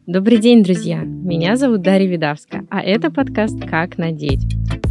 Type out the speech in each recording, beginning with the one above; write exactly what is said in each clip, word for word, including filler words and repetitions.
Добрый день, друзья! Меня зовут Дарья Видавская, а это подкаст «Как надеть».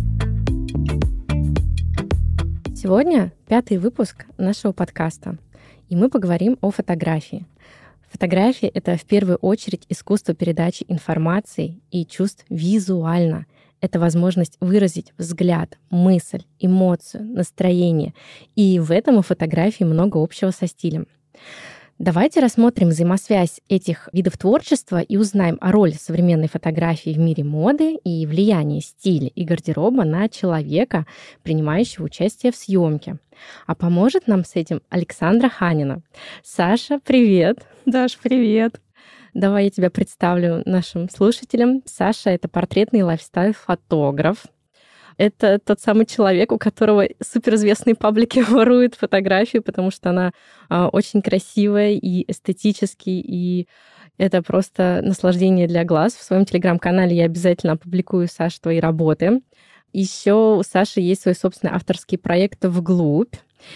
Сегодня пятый выпуск нашего подкаста, и мы поговорим о фотографии. Фотография — это в первую очередь искусство передачи информации и чувств визуально. Это возможность выразить взгляд, мысль, эмоцию, настроение. И в этом у фотографии много общего со стилем. Давайте рассмотрим взаимосвязь этих видов творчества и узнаем о роли современной фотографии в мире моды и влиянии стиля и гардероба на человека, принимающего участие в съемке. А поможет нам с этим Александра Ханина. Саша, привет! Даш, привет! Давай я тебя представлю нашим слушателям. Саша — это портретный лайфстайл-фотограф. Это тот самый человек, у которого суперизвестные паблики воруют фотографию, потому что она а, очень красивая и эстетически, и это просто наслаждение для глаз. В своем телеграм-канале я обязательно опубликую, Саш, твои работы. Еще у Саши есть свой собственный авторский проект «Вглубь».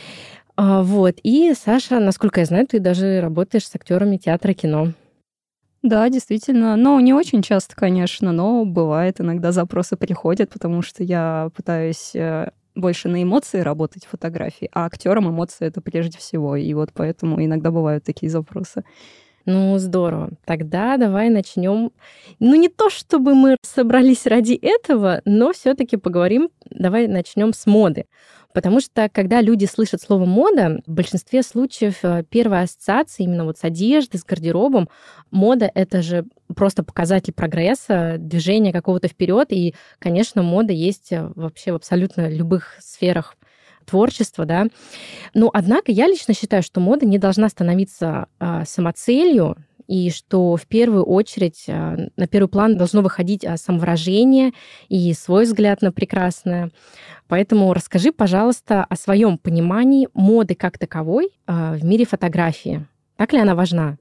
А, вот. И, Саша, насколько я знаю, ты даже работаешь с актерами театра и кино. Да, действительно. Ну, не очень часто, конечно, но бывает, иногда запросы приходят, потому что я пытаюсь больше на эмоции работать в фотографии, а актерам эмоции — это прежде всего. И вот поэтому иногда бывают такие запросы. Ну, здорово. Тогда давай начнем. Ну, не то чтобы мы собрались ради этого, но все-таки поговорим. Давай начнем с моды. Потому что, когда люди слышат слово «мода», в большинстве случаев первая ассоциация именно вот с одеждой, с гардеробом. Мода — это же просто показатель прогресса, движения какого-то вперед. И, конечно, мода есть вообще в абсолютно любых сферах творчества, да. Но, однако, я лично считаю, что мода не должна становиться а, самоцелью, и что в первую очередь а, на первый план должно выходить а, самовыражение и свой взгляд на прекрасное. Поэтому расскажи, пожалуйста, о своем понимании моды как таковой а, в мире фотографии. Так ли она важна?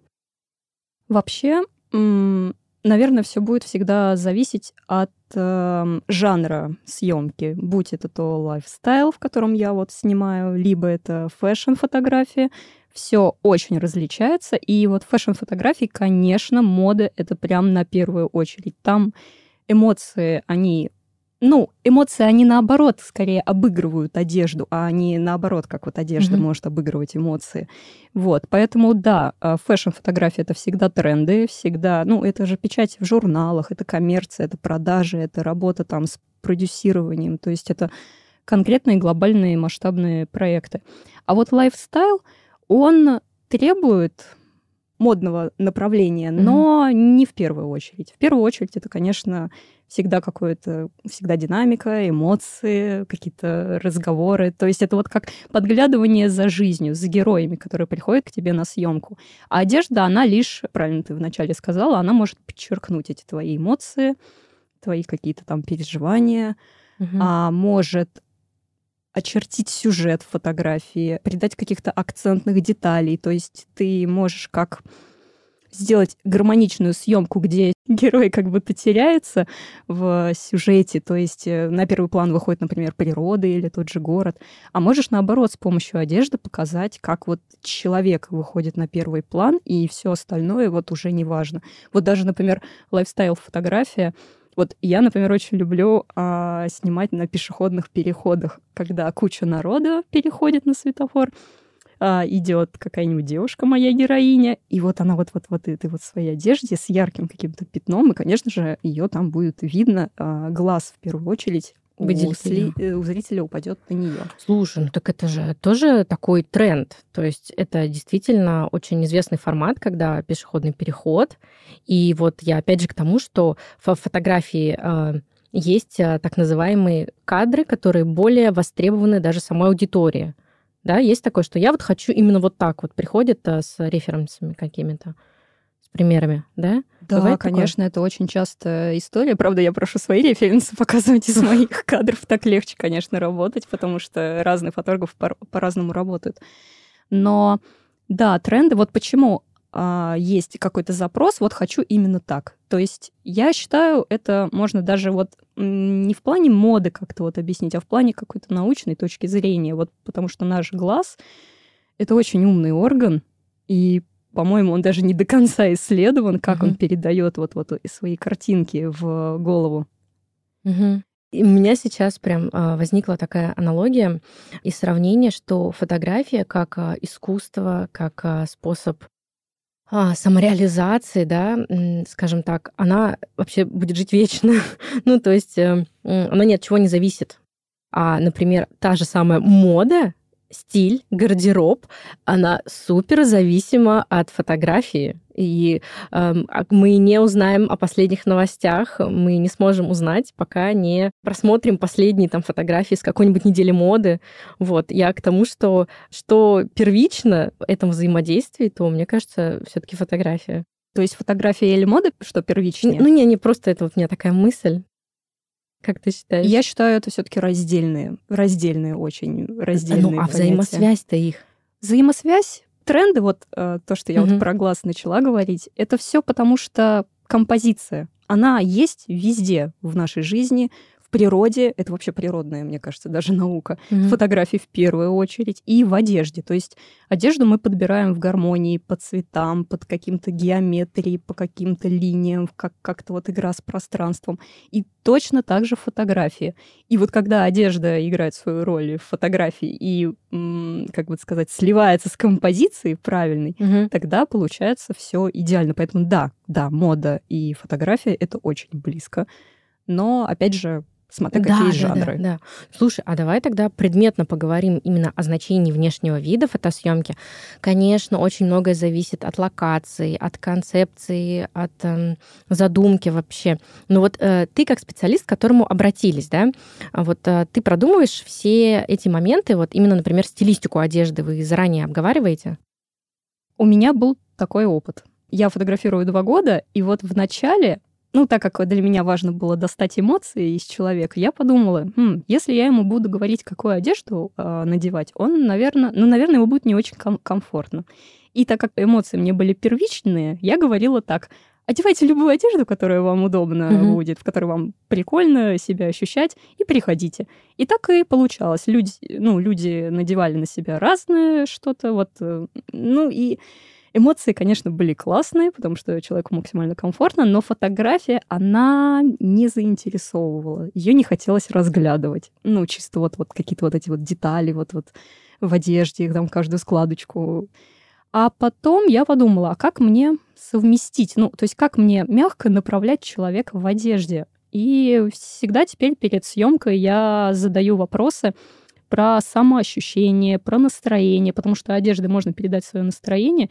Вообще, м- наверное, все будет всегда зависеть от э, жанра съемки. Будь это то лайфстайл, в котором я вот снимаю, либо это фэшн-фотографии. Все очень различается. И вот фэшн-фотографии, конечно, мода — это прям на первую очередь. Там эмоции, они... Ну, эмоции, они наоборот скорее обыгрывают одежду, а не наоборот, как вот одежда mm-hmm. может обыгрывать эмоции. Вот, поэтому да, фэшн-фотография — это всегда тренды, всегда, ну, это же печать в журналах, это коммерция, это продажи, это работа там с продюсированием, то есть это конкретные глобальные масштабные проекты. А вот лайфстайл, он требует модного направления, но mm-hmm. не в первую очередь. В первую очередь это, конечно, всегда какое-то, всегда динамика, эмоции, какие-то разговоры. То есть это вот как подглядывание за жизнью, за героями, которые приходят к тебе на съемку. А одежда, она лишь, правильно ты вначале сказала, она может подчеркнуть эти твои эмоции, твои какие-то там переживания, mm-hmm. а может очертить сюжет фотографии, придать каких-то акцентных деталей. То есть ты можешь как сделать гармоничную съемку, где герой как будто теряется в сюжете, то есть на первый план выходит, например, природа или тот же город, а можешь, наоборот, с помощью одежды показать, как вот человек выходит на первый план, и все остальное вот уже не важно. Вот даже, например, лайфстайл-фотография. Вот я, например, очень люблю а, снимать на пешеходных переходах, когда куча народа переходит на светофор, а, идет какая-нибудь девушка, моя героиня, и вот она вот-вот вот этой вот своей одежде с ярким каким-то пятном, и, конечно же, ее там будет видно, а, глаз в первую очередь у, сли... у зрителя упадет на нее. Слушай, ну так это же тоже такой тренд. То есть это действительно очень известный формат, когда пешеходный переход. И вот я опять же к тому, что в фотографии э, есть так называемые кадры, которые более востребованы даже самой аудиторией. Да, есть такое, что я вот хочу именно вот так вот, приходит с референсами какими-то, с примерами, да? Да, бывает конечно, такое? Это очень частая история. Правда, я прошу свои референсы показывать из моих кадров. Так легче, конечно, работать, потому что разные фотографы по-разному работают. Но да, тренды, вот почему а, есть какой-то запрос, вот хочу именно так. То есть я считаю, это можно даже вот не в плане моды как-то вот объяснить, а в плане какой-то научной точки зрения. Вот потому что наш глаз — это очень умный орган, и по-моему, он даже не до конца исследован, как Мгм. он передает вот, вот свои картинки в голову. Мгм. И у меня сейчас прям а, возникла такая аналогия и сравнение, что фотография как а, искусство, как а, способ а, самореализации, да, м, скажем так, она вообще будет жить вечно. Ну, то есть э, м, она ни от чего не зависит. А, например, та же самая мода, стиль, гардероб, она супер зависима от фотографии. И эм, а мы не узнаем о последних новостях, мы не сможем узнать, пока не просмотрим последние там фотографии с какой-нибудь недели моды. Вот. Я к тому, что что первично в этом взаимодействии, то, мне кажется, все таки фотография. То есть фотография или мода, что Н- первичнее? Ну, не, не просто это вот у меня такая мысль. Как ты считаешь? Я считаю, это все-таки раздельные, раздельные очень, Ну, раздельные а понятия. взаимосвязь-то их. Взаимосвязь, тренды, вот э, то, что я вот Мгм. про глаз начала говорить, это все потому, что композиция, она есть везде в нашей жизни, в природе, это вообще природная, мне кажется, даже наука, в Мгм. фотографии в первую очередь, и в одежде. То есть одежду мы подбираем в гармонии по цветам, под каким-то геометрией, по каким-то линиям, как- как-то вот игра с пространством. И точно так же фотографии. И вот когда одежда играет свою роль в фотографии и, м, как бы сказать, сливается с композицией правильной, Мгм. тогда получается все идеально. Поэтому да, да, мода и фотография — это очень близко. Но, опять же, смотря какие Да, есть да, да, жанры. да. Слушай, а давай тогда предметно поговорим именно о значении внешнего вида фотосъемки. Конечно, очень многое зависит от локации, от концепции, от эм, задумки вообще. Но вот э, ты как специалист, к которому обратились, да, а вот э, ты продумываешь все эти моменты, вот именно, например, стилистику одежды вы заранее обговариваете? У меня был такой опыт. Я фотографирую два года, и вот в начале, ну, так как для меня важно было достать эмоции из человека, я подумала, «Хм, если я ему буду говорить, какую одежду э, надевать, он, наверное, ну, наверное, ему будет не очень ком- комфортно. И так как эмоции мне были первичные, я говорила так: одевайте любую одежду, которая вам удобна Мгм. будет, в которой вам прикольно себя ощущать, и приходите. И так и получалось. Люди, ну, люди надевали на себя разное что-то, вот, э, ну, и эмоции, конечно, были классные, потому что человеку максимально комфортно, но фотография, она не заинтересовывала. Ее не хотелось разглядывать. Ну, чисто вот, вот какие-то вот эти вот детали вот, вот в одежде, там каждую складочку. А потом я подумала, а как мне совместить? Ну, то есть как мне мягко направлять человека в одежде? И всегда теперь перед съемкой я задаю вопросы про самоощущение, про настроение, потому что одеждой можно передать свое настроение.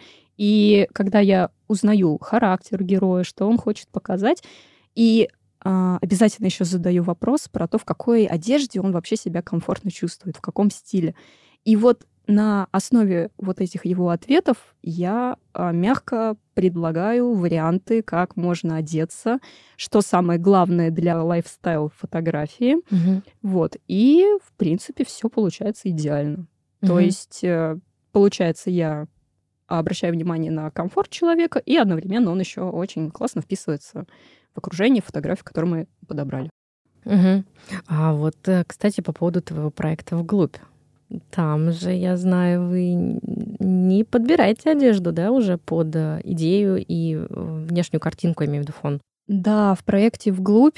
И когда я узнаю характер героя, что он хочет показать, и а, обязательно еще задаю вопрос про то, в какой одежде он вообще себя комфортно чувствует, в каком стиле. И вот на основе вот этих его ответов я а, мягко предлагаю варианты, как можно одеться, что самое главное для лайфстайл-фотографии. Мгм. Вот. И, в принципе, все получается идеально. То Мгм. есть, э, получается, я обращаю внимание на комфорт человека, и одновременно он еще очень классно вписывается в окружение фотографий, которые мы подобрали. Мгм. А вот, э, кстати, по поводу твоего проекта «Вглубь». Там же, я знаю, вы н- не подбираете одежду, да, уже под э, идею и э, внешнюю картинку, я имею в виду фон. Да, в проекте «Вглубь»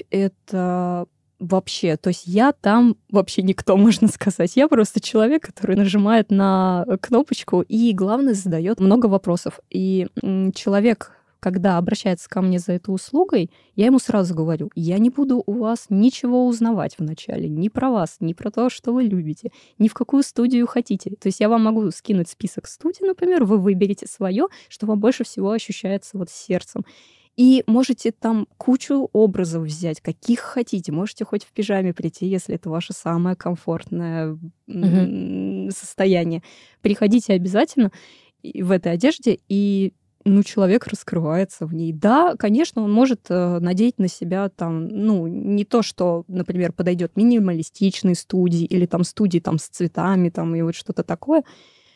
это вообще, то есть я там вообще никто, можно сказать. Я просто человек, который нажимает на кнопочку и, главное, задает много вопросов. И м, человек, когда обращается ко мне за этой услугой, я ему сразу говорю: я не буду у вас ничего узнавать вначале, ни про вас, ни про то, что вы любите, ни в какую студию хотите. То есть я вам могу скинуть список студий, например, вы выберете свое, что вам больше всего ощущается вот сердцем. И можете там кучу образов взять, каких хотите. Можете хоть в пижаме прийти, если это ваше самое комфортное Мгм. м, состояние. Приходите обязательно и- в этой одежде, и ну, человек раскрывается в ней. Да, конечно, он может э, надеть на себя там, ну, не то, что, например, подойдет минималистичной студии или там студии там с цветами там и вот что-то такое.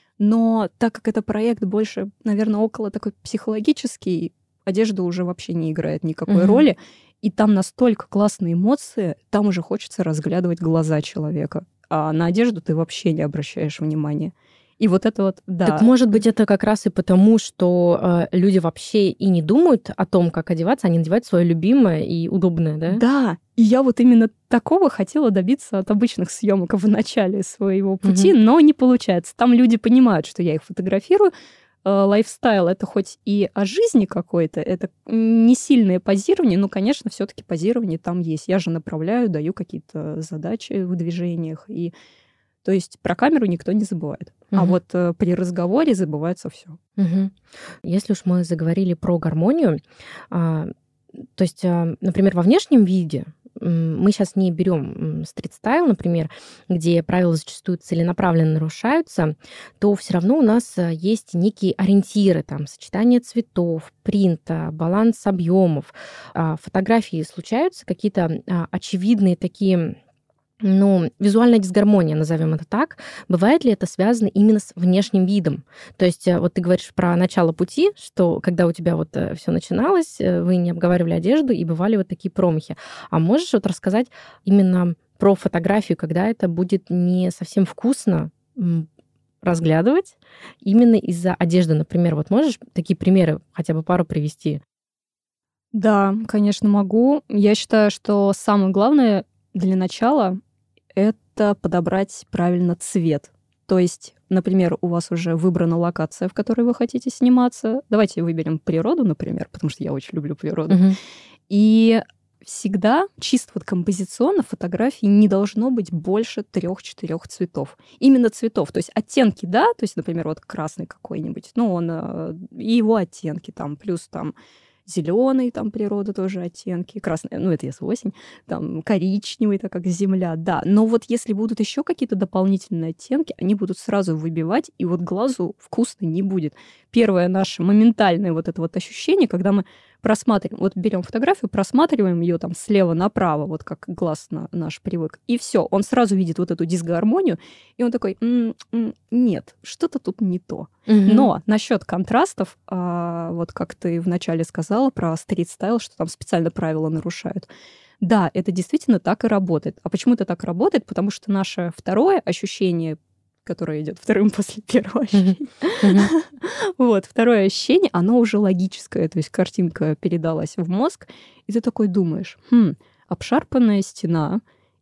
Но так как это проект больше, наверное, около такой психологический, одежда уже вообще не играет никакой Мгм. роли. И там настолько классные эмоции, там уже хочется разглядывать глаза человека. А на одежду ты вообще не обращаешь внимания. И вот это вот, да. Так, может быть, это как раз и потому, что э, люди вообще и не думают о том, как одеваться, они надевают свое любимое и удобное, да? Да, и я вот именно такого хотела добиться от обычных съемок в начале своего пути, угу. но не получается. Там люди понимают, что я их фотографирую. Лайфстайл — это хоть и о жизни какой-то, это не сильное позирование, но, конечно, все-таки позирование там есть. Я же направляю, даю какие-то задачи в движениях, и то есть про камеру никто не забывает. Угу. А вот э, при разговоре забывается все. Угу. Если уж мы заговорили про гармонию, а, то есть, а, например, во внешнем виде мы сейчас не берем стрит-стайл, например, где правила зачастую целенаправленно нарушаются, то все равно у нас есть некие ориентиры, там, сочетание цветов, принта, баланс объемов. Фотографии случаются какие-то очевидные такие... Ну, визуальная дисгармония, назовем это так. Бывает ли это связано именно с внешним видом? То есть вот ты говоришь про начало пути, что когда у тебя вот все начиналось, вы не обговаривали одежду, и бывали вот такие промахи. А можешь вот рассказать именно про фотографию, когда это будет не совсем вкусно разглядывать именно из-за одежды, например? Вот можешь такие примеры, хотя бы пару привести? Да, конечно, могу. Я считаю, что самое главное для начала — это подобрать правильно цвет. То есть, например, у вас уже выбрана локация, в которой вы хотите сниматься. Давайте выберем природу, например, потому что я очень люблю природу. Угу. И всегда чисто вот композиционно фотографии не должно быть больше трех-четырех цветов. Именно цветов. То есть оттенки, да, то есть, например, вот красный какой-нибудь, ну, он и его оттенки там, плюс там зеленый, там природа тоже оттенки, красный, ну это если осень, там коричневый, так как земля, да. Но вот если будут еще какие-то дополнительные оттенки, они будут сразу выбивать, и вот глазу вкусно не будет. Первое наше моментальное вот это вот ощущение, когда мы просматриваем, вот берем фотографию, просматриваем ее там слева направо, вот как глаз на, наш привык, и все, он сразу видит вот эту дисгармонию, и он такой, м-м, нет, что-то тут не то. Угу. Но насчет контрастов, а, вот как ты вначале сказала про стрит-стайл, что там специально правила нарушают. Да, это действительно так и работает. А почему это так работает? Потому что наше второе ощущение, которое идет вторым после первого ощущения, вот, второе ощущение, оно уже логическое, то есть картинка передалась в мозг, и ты такой думаешь, хм, обшарпанная стена,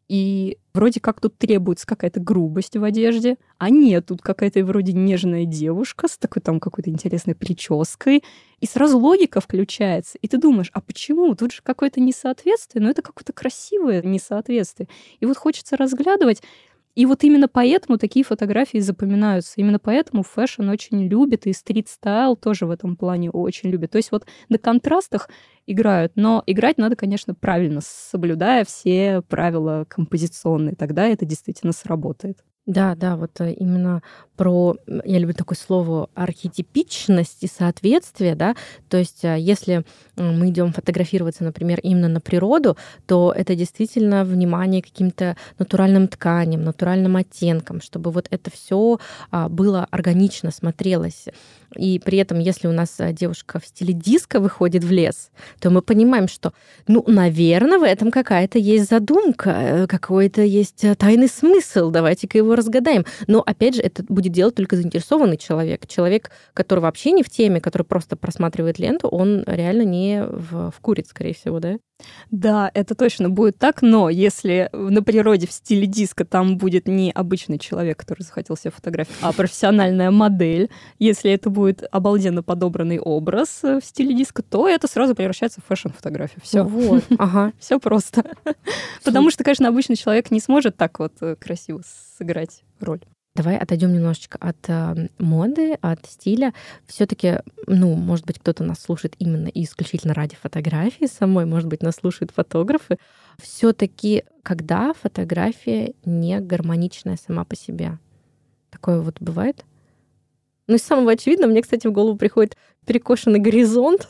и вроде как тут требуется какая-то грубость в одежде, а нет, тут какая-то вроде нежная девушка с такой там какой-то интересной прической, и сразу логика включается, и ты думаешь, а почему? Тут же какое-то несоответствие, но это какое-то красивое несоответствие. И вот хочется разглядывать. И вот именно поэтому такие фотографии запоминаются. Именно поэтому фэшн очень любит, и стрит-стайл тоже в этом плане очень любит. То есть вот на контрастах играют, но играть надо, конечно, правильно, соблюдая все правила композиционные. Тогда это действительно сработает. Да, да, вот именно про, я люблю такое слово, архетипичность и соответствие, да, то есть если мы идем фотографироваться, например, именно на природу, то это действительно внимание к каким-то натуральным тканям, натуральным оттенкам, чтобы вот это все было органично, смотрелось. И при этом, если у нас девушка в стиле диско выходит в лес, то мы понимаем, что, ну, наверное, в этом какая-то есть задумка, какой-то есть тайный смысл, давайте-ка его разгадаем. Но, опять же, это будет делать только заинтересованный человек. Человек, который вообще не в теме, который просто просматривает ленту, он реально не в, вкурит, скорее всего, да? Да, это точно будет так, но если на природе в стиле диско там будет не обычный человек, который захотел себе фотографию, а профессиональная модель, если это будет обалденно подобранный образ в стиле диско, то это сразу превращается в фэшн-фотографию. Все. Вот, ага. Все просто. Потому что, конечно, обычный человек не сможет так вот красиво сыграть роль. Давай отойдем немножечко от э, моды, от стиля. Все-таки, ну, может быть, кто-то нас слушает именно и исключительно ради фотографии самой, может быть, нас слушают фотографы. Все-таки, когда фотография не гармоничная сама по себе? Такое вот бывает? Ну, из самого очевидного мне, кстати, в голову приходит перекошенный горизонт,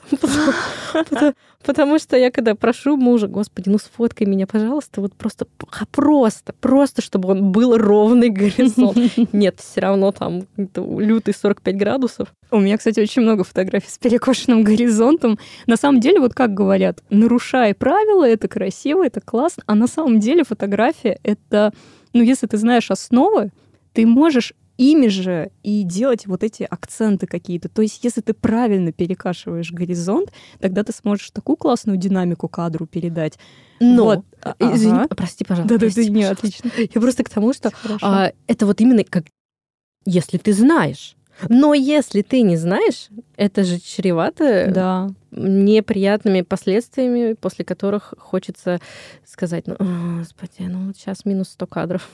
потому что я когда прошу мужа, господи, ну сфоткай меня, пожалуйста, вот просто, просто, просто, чтобы он был ровный горизонт. Нет, все равно там лютый сорок пять градусов. У меня, кстати, очень много фотографий с перекошенным горизонтом. На самом деле, вот как говорят, нарушай правила, это красиво, это классно, а на самом деле фотография — это, ну, если ты знаешь основы, ты можешь ими же и делать вот эти акценты какие-то. То есть если ты правильно перекашиваешь горизонт, тогда ты сможешь такую классную динамику кадру передать. Но, вот. извини, ага. прости, пожалуйста. Да-да, прости, не, пожалуйста. отлично. Я просто к тому, что а, это вот именно как если ты знаешь. Но если ты не знаешь, это же чревато да. неприятными последствиями, после которых хочется сказать, ну, господи, ну вот сейчас минус сто кадров.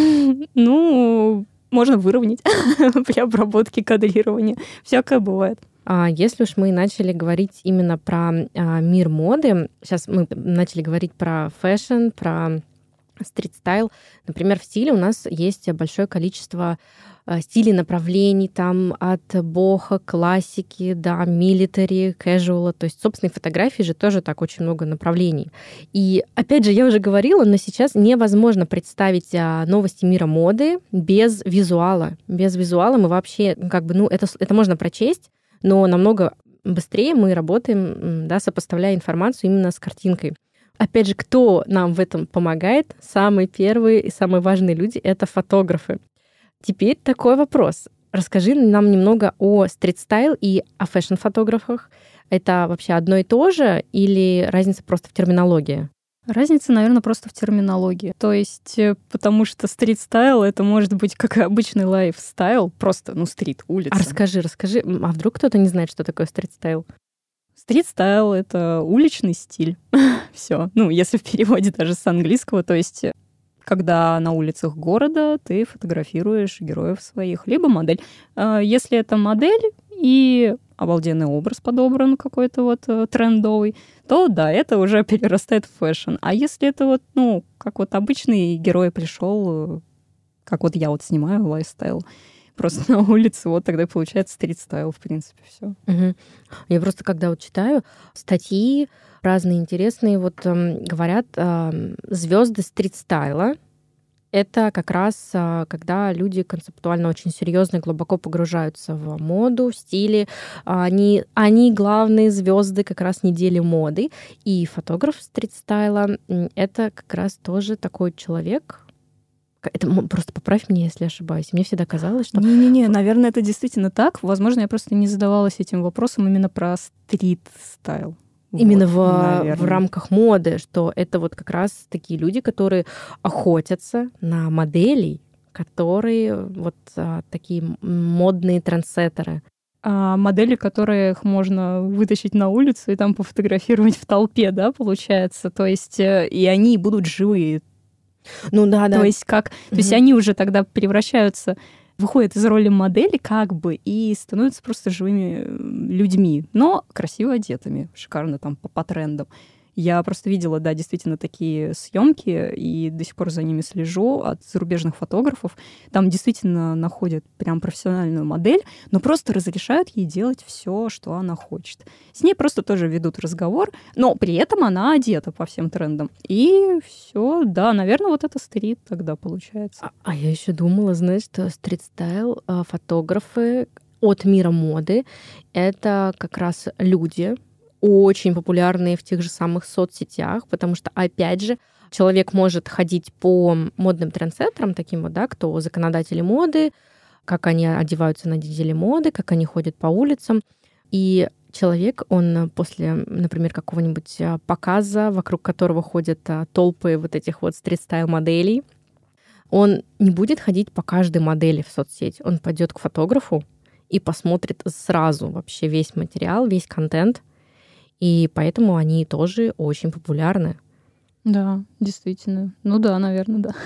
Ну, можно выровнять при обработке кадрирования. Всякое бывает. А если уж мы начали говорить именно про а, мир моды, сейчас мы начали говорить про фэшн, про стрит-стайл. Например, в стиле у нас есть большое количество стилей, направлений, там от бохо, классики, да, милитари, кэжуала. То есть собственные фотографии же тоже так очень много направлений. И опять же, я уже говорила, но сейчас невозможно представить новости мира моды без визуала. Без визуала мы вообще, как бы, ну, это, это можно прочесть, но намного быстрее мы работаем, да, сопоставляя информацию именно с картинкой. Опять же, кто нам в этом помогает? Самые первые и самые важные люди — это фотографы. Теперь такой вопрос. Расскажи нам немного о стрит-стайл и о фэшн-фотографах. Это вообще одно и то же или разница просто в терминологии? Разница, наверное, просто в терминологии. То есть, потому что стрит-стайл — это может быть как и обычный лайфстайл, просто, ну, стрит, улица. А расскажи, расскажи. А вдруг кто-то не знает, что такое стрит-стайл? Стрит-стайл — это уличный стиль. Все. Ну, если в переводе даже с английского, то есть когда на улицах города ты фотографируешь героев своих, либо модель. Если это модель и обалденный образ подобран какой-то вот трендовый, то да, это уже перерастает в фэшн. А если это вот, ну, как вот обычный герой пришел, как вот я вот снимаю лайфстайл, просто на улице, вот тогда получается стрит-стайл, в принципе, все. Угу. Я просто, когда вот читаю статьи разные интересные, вот э, говорят, э, звезды стрит-стайла — это как раз э, когда люди концептуально очень серьезно и глубоко погружаются в моду, в стили. Они, они главные звезды как раз недели моды. И фотограф стрит-стайла — это как раз тоже такой человек. Это просто поправь меня, если ошибаюсь. Мне всегда казалось, что... Не-не-не, наверное, это действительно так. Возможно, я просто не задавалась этим вопросом именно про стрит-стайл. Именно вот, в, в рамках моды, что это вот как раз такие люди, которые охотятся на моделей, которые вот а, такие модные трендсеттеры. А модели, которых можно вытащить на улицу и там пофотографировать в толпе, да, получается? То есть и они будут живые. Ну да, да. То есть как... Mm-hmm. То есть они уже тогда превращаются, выходят из роли модели как бы и становятся просто живыми людьми, но красиво одетыми, шикарно там по, по трендам. Я просто видела, да, действительно такие съемки и до сих пор за ними слежу от зарубежных фотографов. Там действительно находят прям профессиональную модель, но просто разрешают ей делать все, что она хочет. С ней просто тоже ведут разговор, но при этом она одета по всем трендам. И все, да, наверное, вот это стрит тогда получается. А, а я еще думала, знаешь, что стрит-стайл фотографы от мира моды — это как раз люди, очень популярные в тех же самых соцсетях, потому что, опять же, человек может ходить по модным трендсеттерам, таким вот, да, кто законодатели моды, как они одеваются на неделе моды, как они ходят по улицам. И человек, он после, например, какого-нибудь показа, вокруг которого ходят толпы вот этих вот стрит-стайл-моделей, он не будет ходить по каждой модели в соцсети. Он пойдет к фотографу и посмотрит сразу вообще весь материал, весь контент, и поэтому они тоже очень популярны. Да, действительно. Ну да, наверное, да.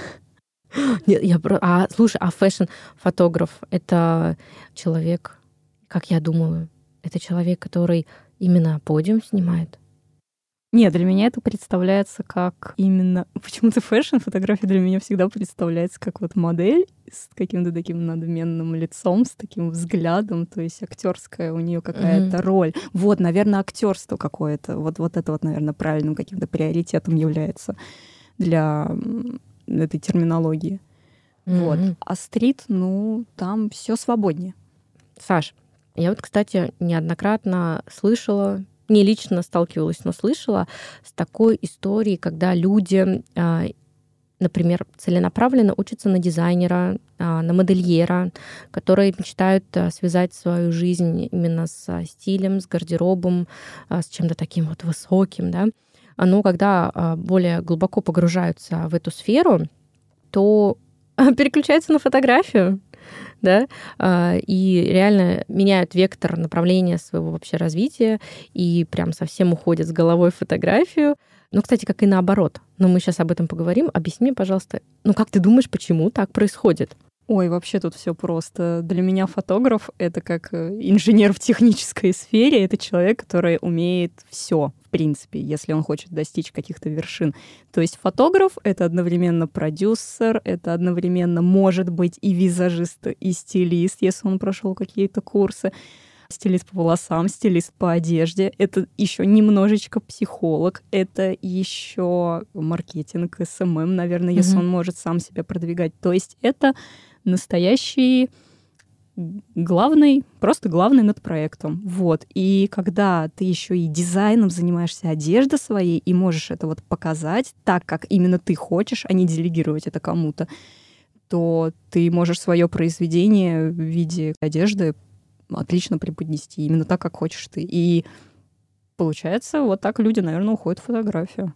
Я, я, а, слушай, а фэшн-фотограф — это человек, как я думаю, это человек, который именно подиум снимает? Нет, для меня это представляется как именно... Почему-то фэшн-фотография для меня всегда представляется как вот модель с каким-то таким надменным лицом, с таким взглядом, то есть актерская у нее какая-то mm-hmm. роль. Вот, наверное, актерство какое-то. Вот, вот это вот, наверное, правильным каким-то приоритетом является для этой терминологии. Mm-hmm. Вот. А стрит, ну, там все свободнее. Саш, я вот, кстати, неоднократно слышала, не лично сталкивалась, но слышала с такой историей, когда люди, например, целенаправленно учатся на дизайнера, на модельера, которые мечтают связать свою жизнь именно с стилем, с гардеробом, с чем-то таким вот высоким, да. Но когда более глубоко погружаются в эту сферу, то переключаются на фотографию, да, и реально меняют вектор направления своего вообще развития и прям совсем уходят с головой в фотографию. Ну, кстати, как и наоборот. Но мы сейчас об этом поговорим. Объясни мне, пожалуйста, ну как ты думаешь, почему так происходит? Ой, вообще тут все просто. Для меня фотограф — это как инженер в технической сфере. Это человек, который умеет все, в принципе, если он хочет достичь каких-то вершин. То есть фотограф — это одновременно продюсер, это одновременно может быть и визажист, и стилист, если он прошел какие-то курсы. Стилист по волосам, стилист по одежде. Это еще немножечко психолог. Это еще маркетинг, эс эм эм, наверное, mm-hmm. если он может сам себя продвигать. То есть это настоящий главный, просто главный над проектом. Вот. И когда ты еще и дизайном занимаешься одежды своей и можешь это вот показать так, как именно ты хочешь, а не делегировать это кому-то, то ты можешь свое произведение в виде одежды отлично преподнести, именно так, как хочешь ты. И получается, вот так люди, наверное, уходят в фотографию.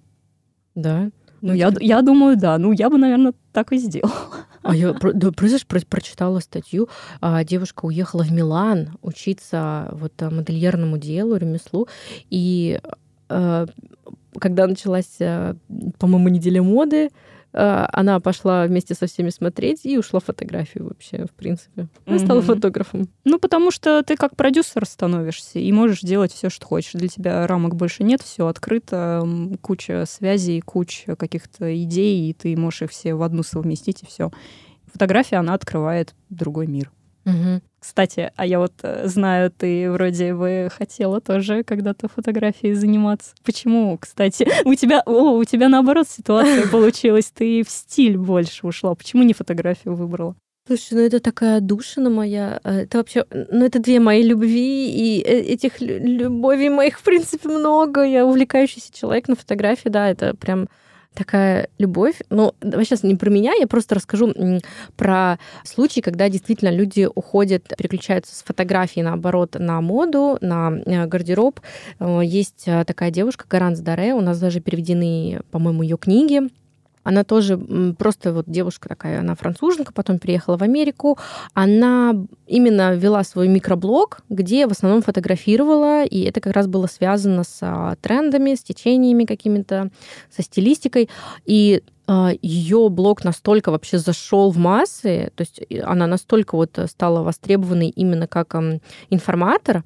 Да. Ну, я, я думаю, да. Ну, я бы, наверное, так и сделала. А я, да, про, прочитала статью, а, девушка уехала в Милан учиться вот модельерному делу, ремеслу, и а, когда началась, а, по-моему, неделя моды, а, она пошла вместе со всеми смотреть и ушла в фотографию вообще, в принципе. Она mm-hmm. стала фотографом. Ну, потому что ты как продюсер становишься и можешь делать все, что хочешь. Для тебя рамок больше нет, все открыто, куча связей, куча каких-то идей, и ты можешь их все в одну совместить, и все. Фотография, она открывает другой мир. Угу. Кстати, а я вот знаю, ты вроде бы хотела тоже когда-то фотографией заниматься. Почему, кстати? У тебя, о, у тебя наоборот ситуация получилась. Ты в стиль больше ушла. Почему не фотографию выбрала? Слушай, ну это такая отдушина моя. Это вообще, ну это две мои любви, и этих любовей моих, в принципе, много. Я увлекающийся человек на фотографии, да, это прям такая любовь. Но давай сейчас не про меня, я просто расскажу про случаи, когда действительно люди уходят, переключаются с фотографии, наоборот, на моду, на гардероб. Есть такая девушка, Гаранс Даре, у нас даже переведены, по-моему, ее книги. Она тоже просто вот девушка такая, она француженка, потом переехала в Америку. Она именно вела свой микроблог, где в основном фотографировала, и это как раз было связано с трендами, с течениями какими-то, со стилистикой. И ее блог настолько вообще зашел в массы, то есть она настолько вот стала востребованной именно как информатор,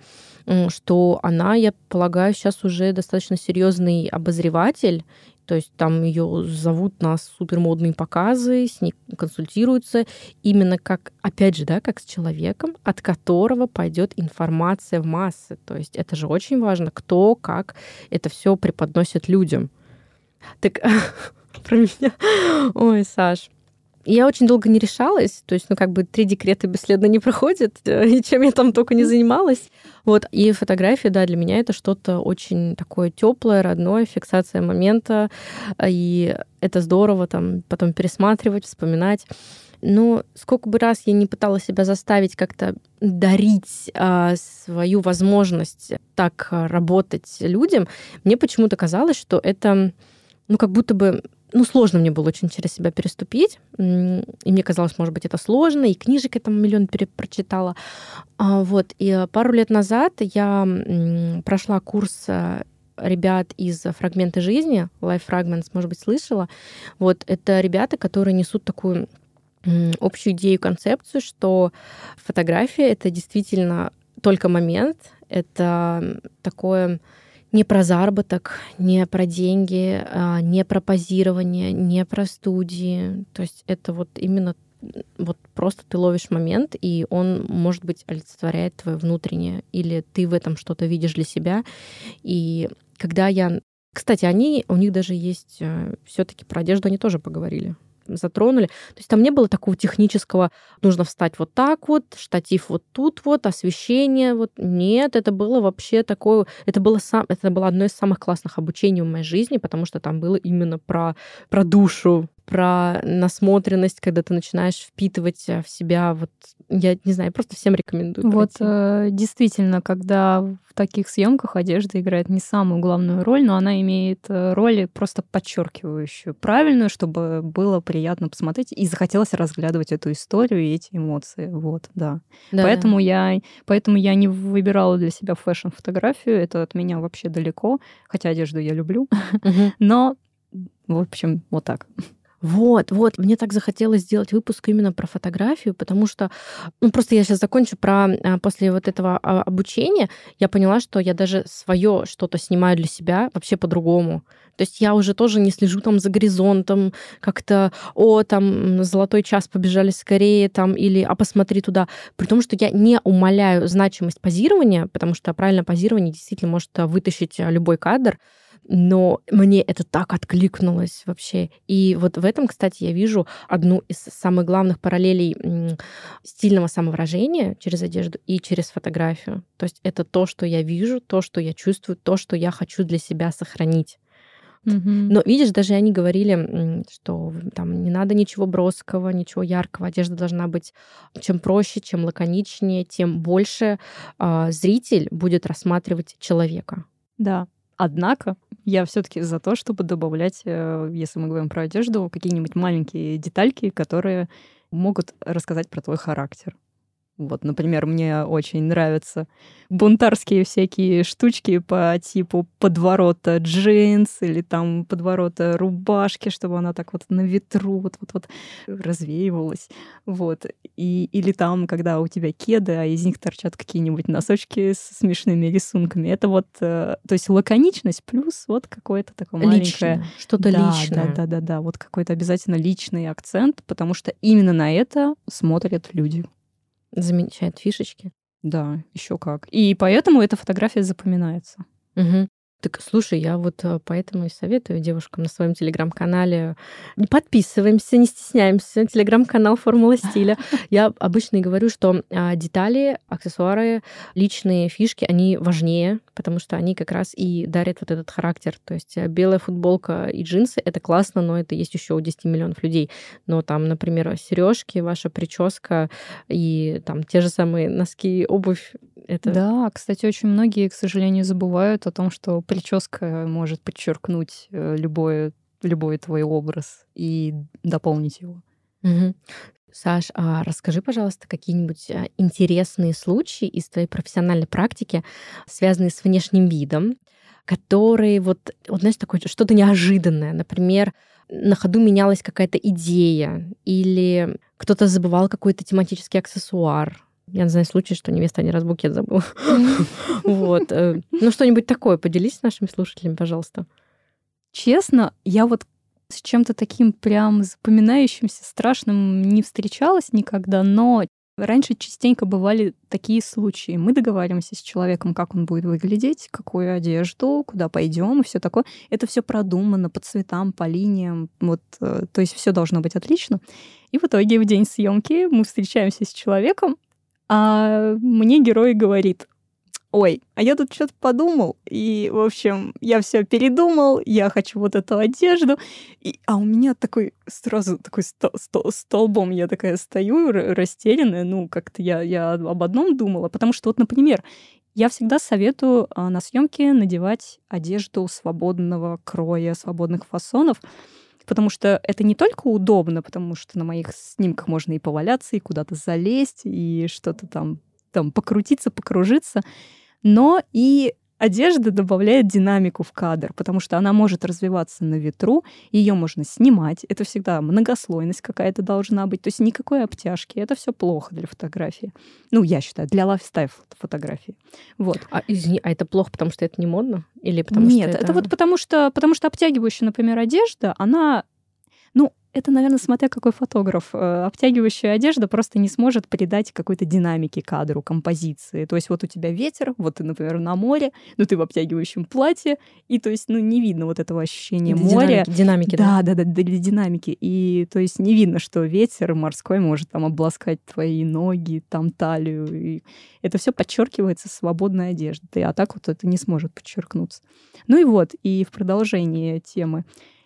что она, я полагаю, сейчас уже достаточно серьезный обозреватель. То есть там ее зовут на супермодные показы, с ней консультируются именно как, опять же, да, как с человеком, от которого пойдет информация в массы. То есть это же очень важно, кто, как это все преподносит людям. Так про меня. Ой, Саш. Я очень долго не решалась, то есть, ну, как бы три декрета бесследно не проходят, и чем я там только не занималась. Вот, и фотография, да, для меня это что-то очень такое теплое, родное, фиксация момента, и это здорово там потом пересматривать, вспоминать. Но сколько бы раз я не пыталась себя заставить как-то дарить а, свою возможность так работать людям, мне почему-то казалось, что это, ну, как будто бы Ну, сложно мне было очень через себя переступить. И мне казалось, может быть, это сложно. И книжек я там миллион перепрочитала. Вот. И пару лет назад я прошла курс ребят из «Фрагменты жизни», Life Fragments, может быть, слышала. Вот. Это ребята, которые несут такую общую идею, концепцию, что фотография — это действительно только момент. Это такое... Не про заработок, не про деньги, не про позирование, не про студии. То есть это вот именно вот просто ты ловишь момент, и он, может быть, олицетворяет твое внутреннее, или ты в этом что-то видишь для себя. И когда я... Кстати, они, у них даже есть все-таки про одежду, они тоже поговорили, затронули. То есть там не было такого технического, нужно встать вот так вот, штатив вот тут вот, освещение вот. Нет, это было вообще такое... Это было, сам, это было одно из самых классных обучений в моей жизни, потому что там было именно про, про душу, про насмотренность, когда ты начинаешь впитывать в себя, вот, я не знаю, просто всем рекомендую. Вот э, действительно, когда в таких съемках одежда играет не самую главную роль, но она имеет роль просто подчеркивающую, правильную, чтобы было приятно посмотреть и захотелось разглядывать эту историю и эти эмоции. Вот, да. да. Поэтому, я, поэтому я не выбирала для себя фэшн-фотографию, это от меня вообще далеко, хотя одежду я люблю, но, в общем, вот так. Вот, вот, мне так захотелось сделать выпуск именно про фотографию, потому что, ну, просто я сейчас закончу про после вот этого обучения, я поняла, что я даже свое что-то снимаю для себя вообще по-другому. То есть я уже тоже не слежу там за горизонтом, как-то, о, там, золотой час, побежали скорее, там, или, а посмотри туда. При том, что я не умаляю значимость позирования, потому что правильное позирование действительно может вытащить любой кадр, но мне это так откликнулось вообще. И вот в этом, кстати, я вижу одну из самых главных параллелей стильного самовыражения через одежду и через фотографию. То есть это то, что я вижу, то, что я чувствую, то, что я хочу для себя сохранить. Mm-hmm. Но видишь, даже они говорили, что там не надо ничего броского, ничего яркого. Одежда должна быть чем проще, чем лаконичнее, тем больше э, зритель будет рассматривать человека. Да. Однако я все-таки за то, чтобы добавлять, если мы говорим про одежду, какие-нибудь маленькие детальки, которые могут рассказать про твой характер. Вот, например, мне очень нравятся бунтарские всякие штучки по типу подворота джинс или там подворота рубашки, чтобы она так вот на ветру вот-вот-вот развеивалась. Вот. И, или там, когда у тебя кеды, а из них торчат какие-нибудь носочки с смешными рисунками. Это вот, то есть лаконичность плюс вот какое-то такое маленькое... Личное, что-то да, личное. Да-да-да, вот какой-то обязательно личный акцент, потому что именно на это смотрят люди. Замечает фишечки. Да, еще как. И поэтому эта фотография запоминается. Угу. Так, слушай, я вот поэтому и советую девушкам на своем телеграм-канале. Подписываемся, не стесняемся. Телеграм-канал «Формула стиля». Я обычно и говорю, что детали, аксессуары, личные фишки, они важнее, потому что они как раз и дарят вот этот характер. То есть белая футболка и джинсы — это классно, но это есть еще у десяти миллионов людей. Но там, например, сережки, ваша прическа и там те же самые носки, обувь. Это... Да, кстати, очень многие, к сожалению, забывают о том, что прическа может подчеркнуть любой, любой твой образ и дополнить его. Угу. Саш, а расскажи, пожалуйста, какие-нибудь интересные случаи из твоей профессиональной практики, связанные с внешним видом, которые вот, вот знаешь, такое что-то неожиданное. Например, на ходу менялась какая-то идея или кто-то забывал какой-то тематический аксессуар. Я знаю случай, что невеста один раз букет забыла. Вот. Ну, что-нибудь такое поделись с нашими слушателями, пожалуйста. Честно, я вот с чем-то таким прям запоминающимся, страшным не встречалась никогда, но раньше частенько бывали такие случаи. Мы договариваемся с человеком, как он будет выглядеть, какую одежду, куда пойдем и все такое. Это все продумано по цветам, по линиям. Вот, то есть все должно быть отлично. И в итоге в день съемки мы встречаемся с человеком, а мне герой говорит: ой, а я тут что-то подумал, и, в общем, я все передумал, я хочу вот эту одежду. И, а у меня такой сразу такой стол, стол, столбом я такая стою, растерянная, ну, как-то я, я об одном думала, потому что вот, например, я всегда советую на съемке надевать одежду свободного кроя, свободных фасонов, потому что это не только удобно, потому что на моих снимках можно и поваляться, и куда-то залезть, и что-то там, там покрутиться, покружиться, но и одежда добавляет динамику в кадр, потому что она может развиваться на ветру, ее можно снимать, это всегда многослойность какая-то должна быть, то есть никакой обтяжки, это все плохо для фотографии. Ну, я считаю, для лайфстайл фотографии. Вот. А, извини, а это плохо, потому что это не модно? Или потому Нет, что это... это вот потому что, потому что обтягивающая, например, одежда, она, ну, это, наверное, смотря какой фотограф. Обтягивающая одежда просто не сможет придать какой-то динамики кадру, композиции. То есть вот у тебя ветер, вот ты, например, на море, но ты в обтягивающем платье, и то есть, ну, не видно вот этого ощущения динамики, моря. Динамики, да? Да, да, да, для динамики. И то есть не видно, что ветер морской может там обласкать твои ноги, там талию. И это все подчеркивается свободной одеждой, а так вот это не сможет подчеркнуться. Ну и вот, и в продолжение темы.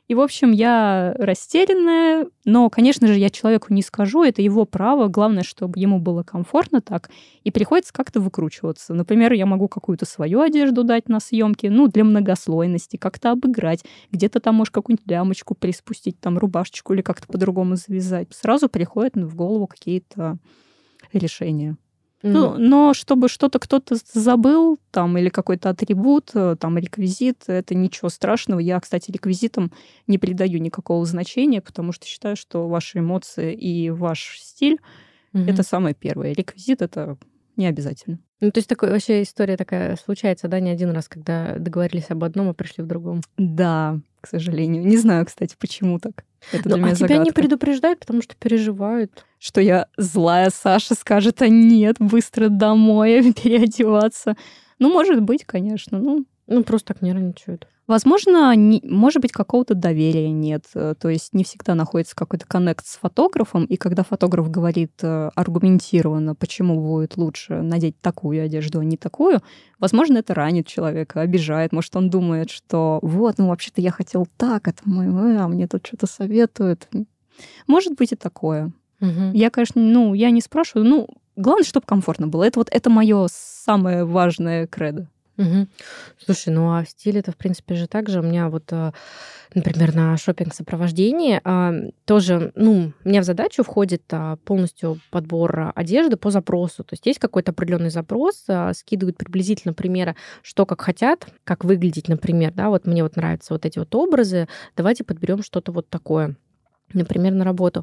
И, в общем, я растерянная, но, конечно же, я человеку не скажу, это его право. Главное, чтобы ему было комфортно так. И приходится как-то выкручиваться. Например, я могу какую-то свою одежду дать на съемки, ну, для многослойности, как-то обыграть. Где-то там, может, какую-нибудь лямочку приспустить, там, рубашечку или как-то по-другому завязать. Сразу приходят в голову какие-то решения. Mm-hmm. Ну, но чтобы что-то кто-то забыл, там, или какой-то атрибут, там, реквизит, это ничего страшного. Я, кстати, реквизитам не придаю никакого значения, потому что считаю, что ваши эмоции и ваш стиль mm-hmm. это самое первое. Реквизит — это не обязательно. Ну, то есть такой, вообще история такая случается, да, не один раз, когда договорились об одном, а пришли в другом. Да, к сожалению. Не знаю, кстати, почему так. Это ну, для меня а загадка. Тебя не предупреждают, потому что переживают. Что я злая Саша скажет, а нет, быстро домой переодеваться. Ну, может быть, конечно. Ну, ну просто так нервничают. Возможно, не, может быть, какого-то доверия нет. То есть не всегда находится какой-то коннект с фотографом, и когда фотограф говорит аргументированно, почему будет лучше надеть такую одежду, а не такую, возможно, это ранит человека, обижает. Может, он думает, что вот, ну, вообще-то я хотел так, это мой, а мне тут что-то советуют. Может быть и такое. Угу. Я, конечно, ну, я не спрашиваю. Ну, главное, чтобы комфортно было. Это вот это мое самое важное кредо. Угу. Слушай, ну а стиль это, в принципе, же так же. У меня вот, например, на шопинг-сопровождении тоже, ну, у меня в задачу входит полностью подбор одежды по запросу. То есть есть какой-то определенный запрос, скидывают приблизительно примеры, что как хотят, как выглядеть, например, да, вот мне вот нравятся вот эти вот образы, давайте подберем что-то вот такое, например, на работу.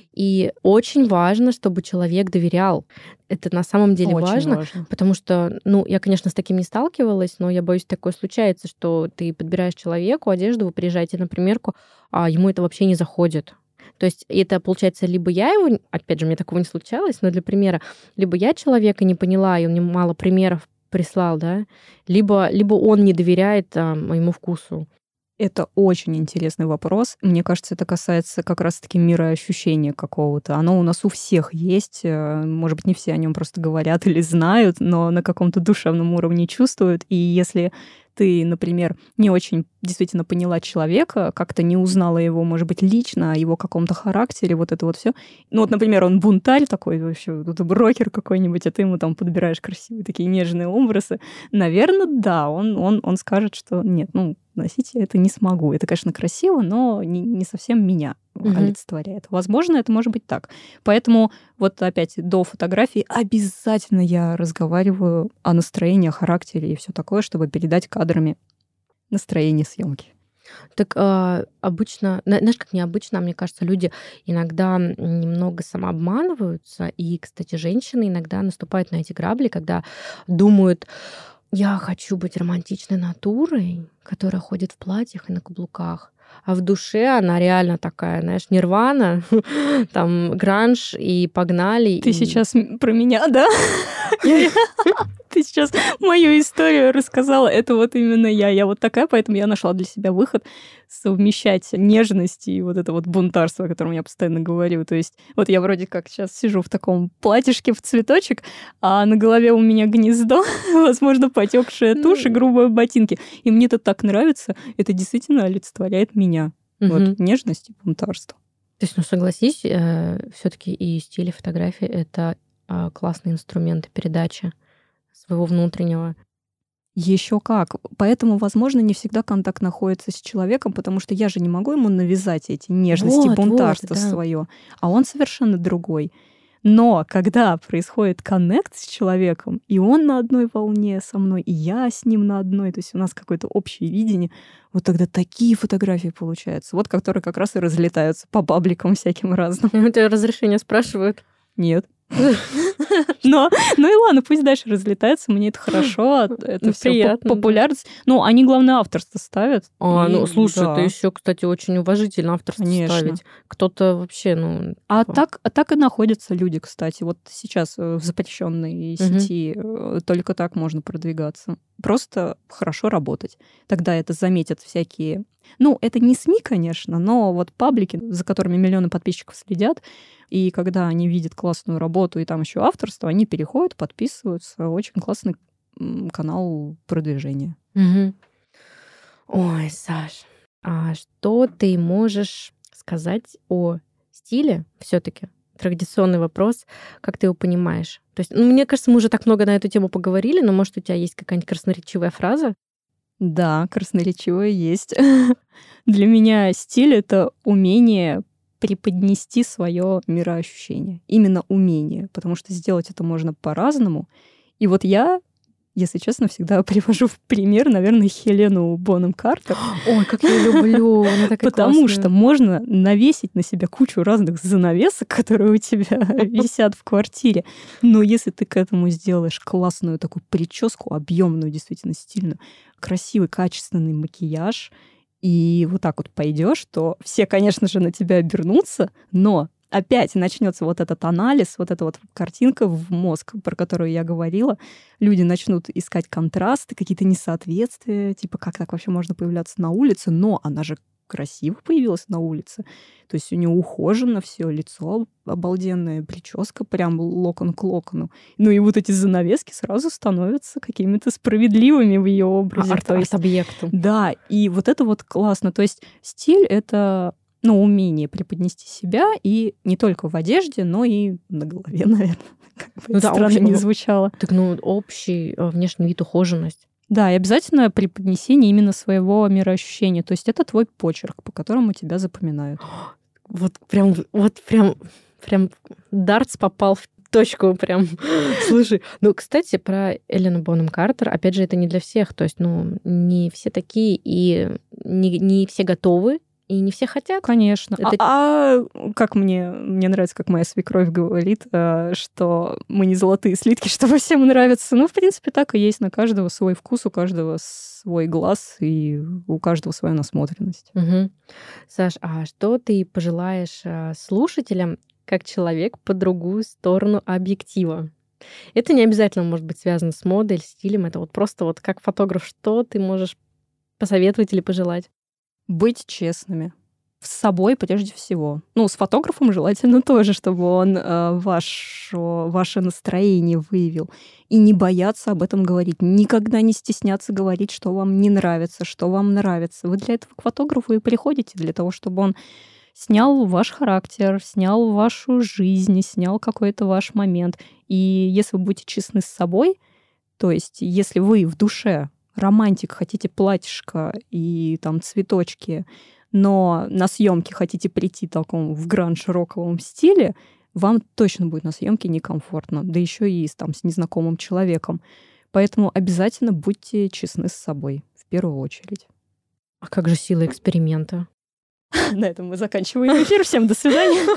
И очень важно, чтобы человек доверял. Это на самом деле важно, важно, потому что, ну, я, конечно, с таким не сталкивалась, но я боюсь, такое случается, что ты подбираешь человеку одежду, вы приезжаете на примерку, а ему это вообще не заходит. То есть это, получается, либо я его, опять же, мне такого не случалось, но для примера, либо я человека не поняла, и он мне мало примеров прислал, да, либо, либо он не доверяет а, моему вкусу. Это очень интересный вопрос. Мне кажется, это касается как раз-таки мироощущения какого-то. Оно у нас у всех есть. Может быть, не все о нем просто говорят или знают, но на каком-то душевном уровне чувствуют. И если ты, например, не очень действительно поняла человека, как-то не узнала его, может быть, лично, о его каком-то характере, вот это вот все. Ну вот, например, он бунтарь такой, вообще, тут брокер какой-нибудь, а ты ему там подбираешь красивые такие нежные образы. Наверное, да, он, он, он скажет, что нет, ну, носить я это не смогу. Это, конечно, красиво, но не, не совсем меня mm-hmm. олицетворяет. Возможно, это может быть так. Поэтому вот опять до фотографии обязательно я разговариваю о настроении, о характере и все такое, чтобы передать кадрами настроение съемки. Так э, обычно, знаешь, как необычно, мне кажется, люди иногда немного самообманываются, и, кстати, женщины иногда наступают на эти грабли, когда думают: я хочу быть романтичной натурой, которая ходит в платьях и на каблуках. А в душе она реально такая, знаешь, нирвана, там, гранж, и погнали. Ты и... сейчас про меня, да? Ты сейчас мою историю рассказала. Это вот именно я. Я вот такая, поэтому я нашла для себя выход совмещать нежность и вот это вот бунтарство, о котором я постоянно говорю. То есть вот я вроде как сейчас сижу в таком платьишке в цветочек, а на голове у меня гнездо, возможно, потекшая тушь и грубые ботинки. И мне это так нравится. Это действительно олицетворяет меня. Вот нежность и бунтарство. То есть, ну, согласись, все-таки и стиль, и фотографии — это классные инструменты передачи своего внутреннего. Еще как. Поэтому, возможно, не всегда контакт находится с человеком, потому что я же не могу ему навязать эти нежности, вот, бунтарство вот, да. свое, а он совершенно другой. Но когда происходит коннект с человеком, и он на одной волне со мной, и я с ним на одной, то есть у нас какое-то общее видение, вот тогда такие фотографии получаются, вот которые как раз и разлетаются по пабликам всяким разным. У тебя разрешение спрашивают? Нет. Но, ну и ладно, пусть дальше разлетается, мне это хорошо, это все популярность. Ну, они, главное, авторство ставят. А, ну, слушай, это еще, кстати, очень уважительно авторство ставить. Кто-то вообще, ну... А так, а так и находятся люди, кстати. Вот сейчас в запрещенной сети только так можно продвигаться. Просто хорошо работать. Тогда это заметят всякие... Ну, это не СМИ, конечно, но вот паблики, за которыми миллионы подписчиков следят, и когда они видят классную работу и там еще авторство, они переходят, подписываются. Очень классный канал продвижения. Угу. Ой, Саш, а что ты можешь сказать о стиле все-таки? Традиционный вопрос, как ты его понимаешь? То есть, ну, мне кажется, мы уже так много на эту тему поговорили, но, может, у тебя есть какая-нибудь красноречивая фраза? Да, красноречивая есть. Для меня стиль — это умение преподнести свое мироощущение. Именно умение, потому что сделать это можно по-разному. И вот я, если честно, всегда привожу в пример, наверное, Хелену Бонем Картер. Ой, как я люблю, она такая Потому классная. что можно навесить на себя кучу разных занавесок, которые у тебя висят в квартире. Но если ты к этому сделаешь классную такую прическу, объемную, действительно стильную, красивый, качественный макияж, и вот так вот пойдешь, то все, конечно же, на тебя обернутся, но опять начнется вот этот анализ, вот эта вот картинка в мозг, про которую я говорила. Люди начнут искать контрасты, какие-то несоответствия, типа как так вообще можно появляться на улице, но она же красиво появилась на улице. То есть у нее ухожено все, лицо обалденное, прическа прям локон к локону. Ну и вот эти занавески сразу становятся какими-то справедливыми в ее образе. Арт, То есть, арт-объекту. да, и вот это вот классно. То есть стиль — это, ну, умение преподнести себя, и не только в одежде, но и на голове, наверное. Как бы Ну это да, странно общий- не звучало. Так, ну, общий э, внешний вид, ухоженность. Да, и обязательно преподнесение именно своего мироощущения. То есть это твой почерк, по которому тебя запоминают. Вот прям, вот прям, прям дартс попал в точку прям. Слушай, ну, кстати, про Элену Бонем Картер, опять же, это не для всех. То есть, ну, не все такие, и не, не все готовы, и не все хотят. Конечно. Это- А, а как мне, мне нравится, как моя свекровь говорит, э, что мы не золотые слитки, чтобы всем нравится. Ну, в принципе, так и есть. На каждого свой вкус, у каждого свой глаз, и у каждого своя насмотренность. Мгм. Саш, а что ты пожелаешь э, слушателям как человек по другую сторону объектива? Это не обязательно может быть связано с модой или стилем. Это вот просто вот как фотограф, что ты можешь посоветовать или пожелать? Быть честными. С собой прежде всего. Ну, с фотографом желательно тоже, чтобы он э, ваш, ваше настроение выявил. И не бояться об этом говорить. Никогда не стесняться говорить, что вам не нравится, что вам нравится. Вы для этого к фотографу и приходите, для того, чтобы он снял ваш характер, снял вашу жизнь, снял какой-то ваш момент. И если вы будете честны с собой, то есть если вы в душе романтик, хотите платьишко и там цветочки, но на съемке хотите прийти такому в гранж-роковом стиле, вам точно будет на съемке некомфортно, да еще и там с незнакомым человеком. Поэтому обязательно будьте честны с собой в первую очередь. А как же сила эксперимента? На этом мы заканчиваем эфир. Всем до свидания.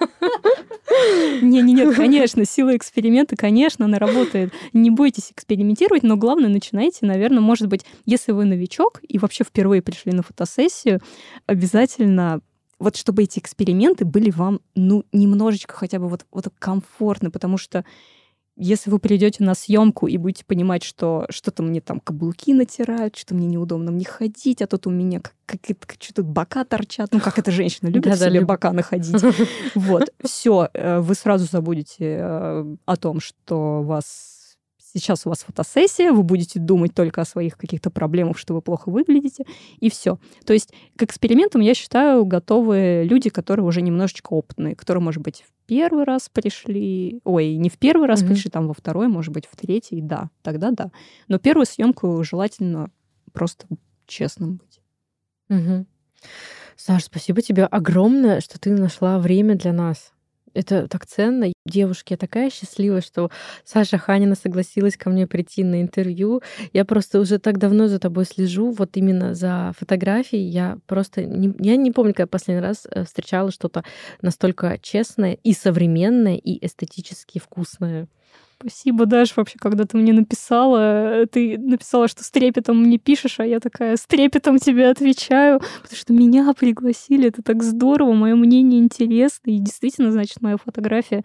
Не-не-нет, конечно, сила эксперимента, конечно, она работает. Не бойтесь экспериментировать, но главное, начинайте, наверное, может быть, если вы новичок и вообще впервые пришли на фотосессию, обязательно вот чтобы эти эксперименты были вам, ну, немножечко хотя бы вот, вот комфортны, потому что если вы придете на съемку и будете понимать, что что-то мне там каблуки натирают, что мне неудобно мне ходить, а тут у меня как, как, как что-то бока торчат, ну как эта женщина любит Да-да, себе любит. бока находить. Вот, все, вы сразу забудете о том, что вас сейчас у вас фотосессия, вы будете думать только о своих каких-то проблемах, что вы плохо выглядите, и все. То есть к экспериментам, я считаю, готовы люди, которые уже немножечко опытные, которые, может быть, в первый раз пришли, ой, не в первый раз Мгм. пришли, там во второй, может быть, в третий, да, тогда да. Но первую съемку желательно просто честным быть. Мгм. Саш, спасибо тебе огромное, что ты нашла время для нас. Это так ценно. Девушки, я такая счастливая, что Саша Ханина согласилась ко мне прийти на интервью. Я просто уже так давно за тобой слежу, вот именно за фотографией. Я просто не, я не помню, когда последний раз э, встречала что-то настолько честное и современное, и эстетически вкусное. Спасибо, Даш, вообще, когда ты мне написала, ты написала, что с трепетом мне пишешь, а я такая с трепетом тебе отвечаю, потому что меня пригласили, это так здорово, мое мнение интересно, и действительно, значит, моя фотография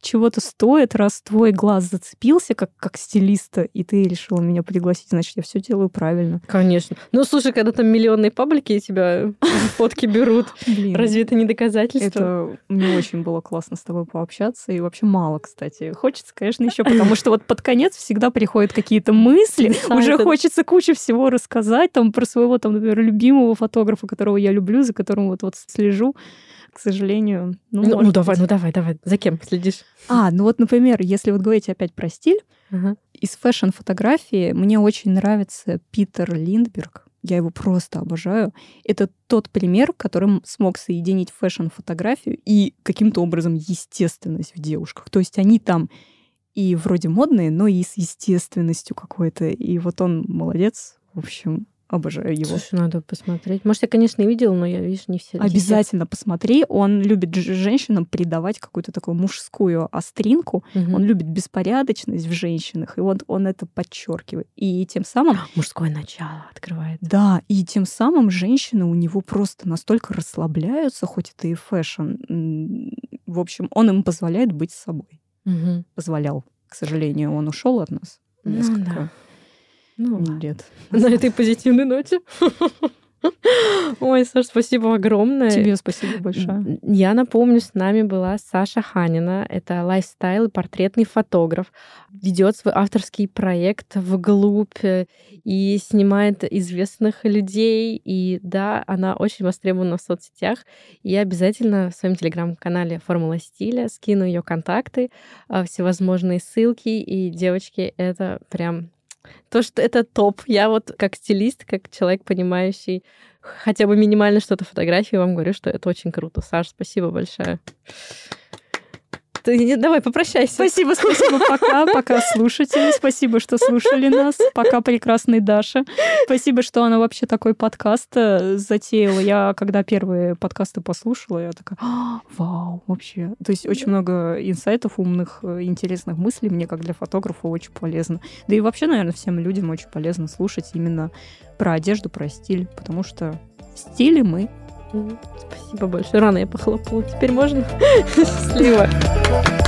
чего-то стоит, раз твой глаз зацепился как, как стилиста, и ты решила меня пригласить, значит, я все делаю правильно. Конечно. Ну, слушай, когда там миллионные паблики тебя фотки берут, Блин, разве это не доказательство? это мне очень было классно с тобой пообщаться, и вообще мало, кстати. Хочется, конечно, еще, потому что вот под конец всегда приходят какие-то мысли, Да, уже это- хочется кучу всего рассказать, там, про своего, там, например, любимого фотографа, которого я люблю, за которым вот, вот слежу, к сожалению. Ну, Ну, ну, может давай, быть. ну давай, давай. За кем следишь? А, ну вот, например, если вот говорить опять про стиль, Ага. из фэшн-фотографии мне очень нравится Питер Линдберг. Я его просто обожаю. Это тот пример, которым смог соединить фэшн-фотографию и каким-то образом естественность в девушках. То есть они там и вроде модные, но и с естественностью какой-то. И вот он молодец. В общем, обожаю его. Слушай, надо посмотреть. Может, я, конечно, и видела, но я, видишь, не все. не все. Обязательно посмотри. Он любит ж- женщинам придавать какую-то такую мужскую остринку. Мгм. Он любит беспорядочность в женщинах, и вот он это подчеркивает. И тем самым, Мужское начало открывает. да, и тем самым женщины у него просто настолько расслабляются, хоть это и фэшн. М, В общем, он им позволяет быть собой. Мгм. Позволял. К сожалению, он ушел от нас. Ну Несколько Ну, ладно. лет. На этой позитивной ноте. Ой, Саш, спасибо огромное. Тебе спасибо большое. Я напомню, с нами была Саша Ханина. Это лайфстайл и портретный фотограф. Ведет свой авторский проект вглубь э, и снимает известных людей. И да, она очень востребована в соцсетях. И я обязательно в своем телеграм-канале «Формула стиля» скину ее контакты, а, всевозможные ссылки. И, девочки, это прям то, что это топ. Я вот как стилист, как человек, понимающий хотя бы минимально что-то фотографии, вам говорю, что это очень круто. Саш, спасибо большое. Ты, не- давай, попрощайся. Спасибо, спасибо. Пока, пока, слушатели. Спасибо, что слушали нас. Пока, прекрасный Даша. Спасибо, что она вообще такой подкаст э, затеяла. Я, когда первые подкасты послушала, я такая, «А, вау, вообще. То есть очень много инсайтов, умных, э, интересных мыслей. Мне, как для фотографа, очень полезно. Да и вообще, наверное, всем людям очень полезно слушать именно про одежду, про стиль, потому что в стиле мы. Спасибо большое. Рано я похлопала. Теперь можно? Счастливо.